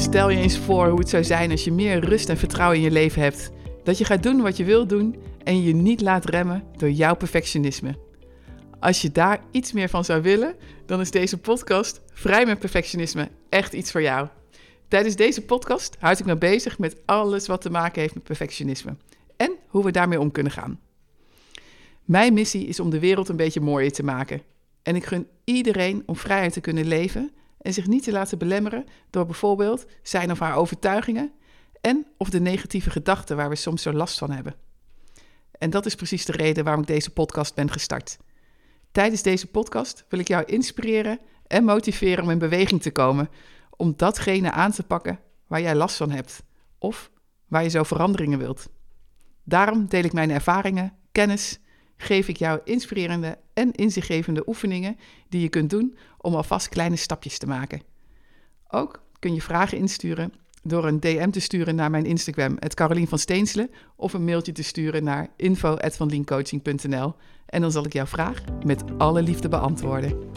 Stel je eens voor hoe het zou zijn als je meer rust en vertrouwen in je leven hebt. Dat je gaat doen wat je wilt doen en je niet laat remmen door jouw perfectionisme. Als je daar iets meer van zou willen, dan is deze podcast Vrij met Perfectionisme echt iets voor jou. Tijdens deze podcast houd ik me bezig met alles wat te maken heeft met perfectionisme. En hoe we daarmee om kunnen gaan. Mijn missie is om de wereld een beetje mooier te maken. En ik gun iedereen om vrijheid te kunnen leven en zich niet te laten belemmeren door bijvoorbeeld zijn of haar overtuigingen en of de negatieve gedachten waar we soms zo last van hebben. En dat is precies de reden waarom ik deze podcast ben gestart. Tijdens deze podcast wil ik jou inspireren en motiveren om in beweging te komen, om datgene aan te pakken waar jij last van hebt of waar je zo veranderingen wilt. Daarom deel ik mijn ervaringen, kennis, geef ik jou inspirerende en inzichtgevende oefeningen die je kunt doen om alvast kleine stapjes te maken. Ook kun je vragen insturen door een DM te sturen naar mijn Instagram, @Carolien van Steenselen, of een mailtje te sturen naar info@vanliencoaching.nl en dan zal ik jouw vraag met alle liefde beantwoorden.